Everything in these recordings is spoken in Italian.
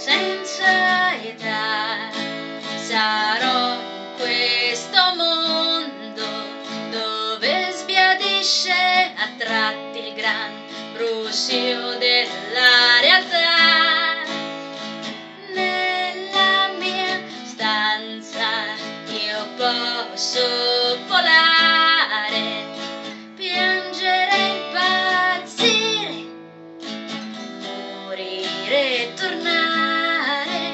senza età. Sarò in questo mondo dove sbiadisce a tratti il gran brusio della realtà. Nella mia stanza io posso volare, piangere, impazzire, morire e tornare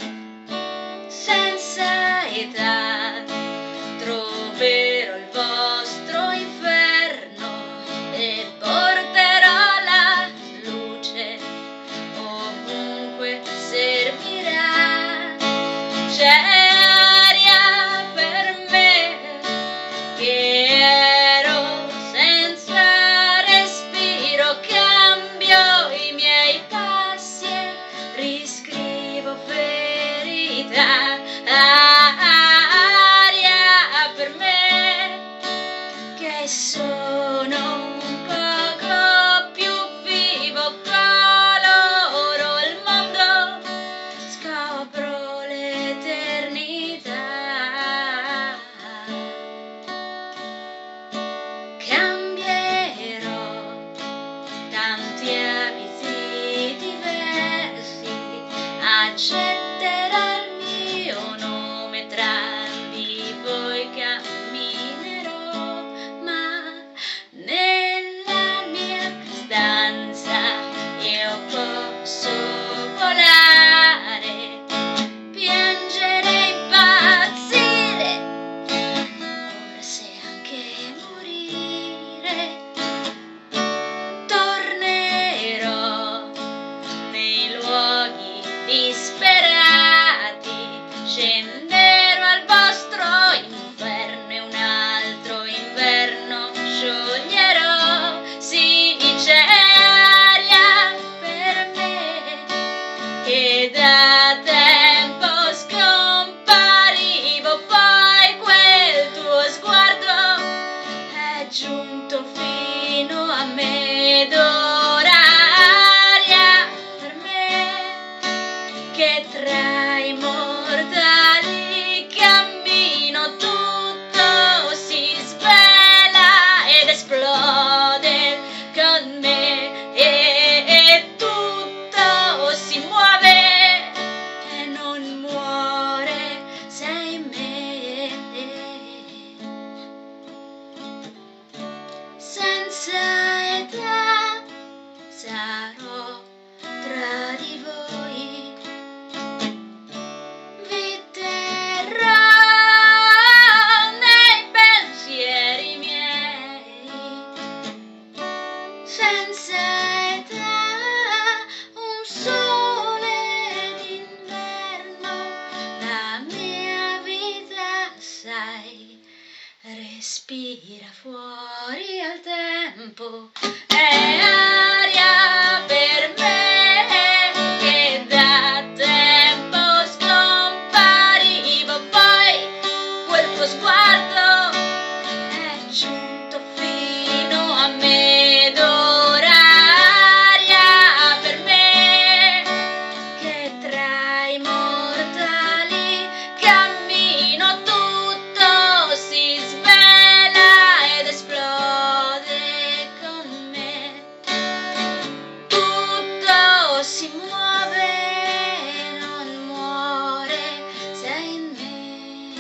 senza età. Troverò il vostro inferno e porterò la luce ovunque servirà. C'è aria per me che ero senza respiro, cambio i miei passi e riscrivo verità. Aria per me che sono un poco più vivo, coloro il mondo, scopro l'eternità. Cambierò tanti abiti diversi, accetterò il mio nome, tra di voi camminerò, ma nella mia stanza io posso volare, piangere, impazzire, forse anche morire. Tornerò nei luoghi disperati, scenderò al vostro inferno e un altro inverno scioglierò. Sì, c'è aria per me che da tempo scomparivo, poi quel tuo sguardo è giunto fino a me, d'ora aria per me che tra i mortali cammino, tutto si svela ed esplode con me, e tutto si muove e non muore, sei me. Senza età sarò tra di voi, vi terrò nei pensieri miei. Senza età un sole d'inverno, la mia vita sai, respira fuori al tempo. È aria per me che da tempo scomparivo, poi quel tuo sguardo è giunto fino a me, d'ora aria per me che tra i mortali cammino, tutto si svela ed esplode con me, tutto si muove e non muore, sei in me.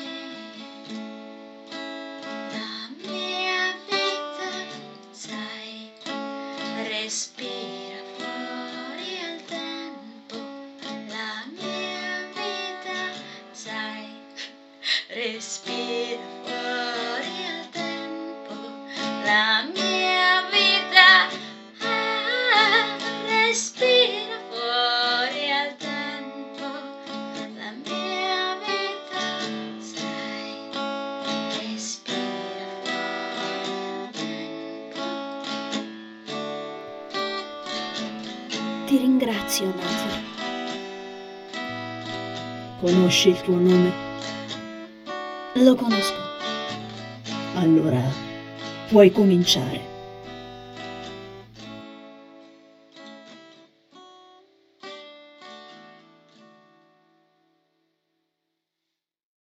La mia vita, sai, respira fuori al tempo. La mia vita, sai, respira fuori al tempo. La mia vita, respira fuori al tempo. La mia vita, sai, respira fuori al tempo. Ti ringrazio, Nazar. Conosci il tuo nome? Lo conosco. Allora puoi cominciare.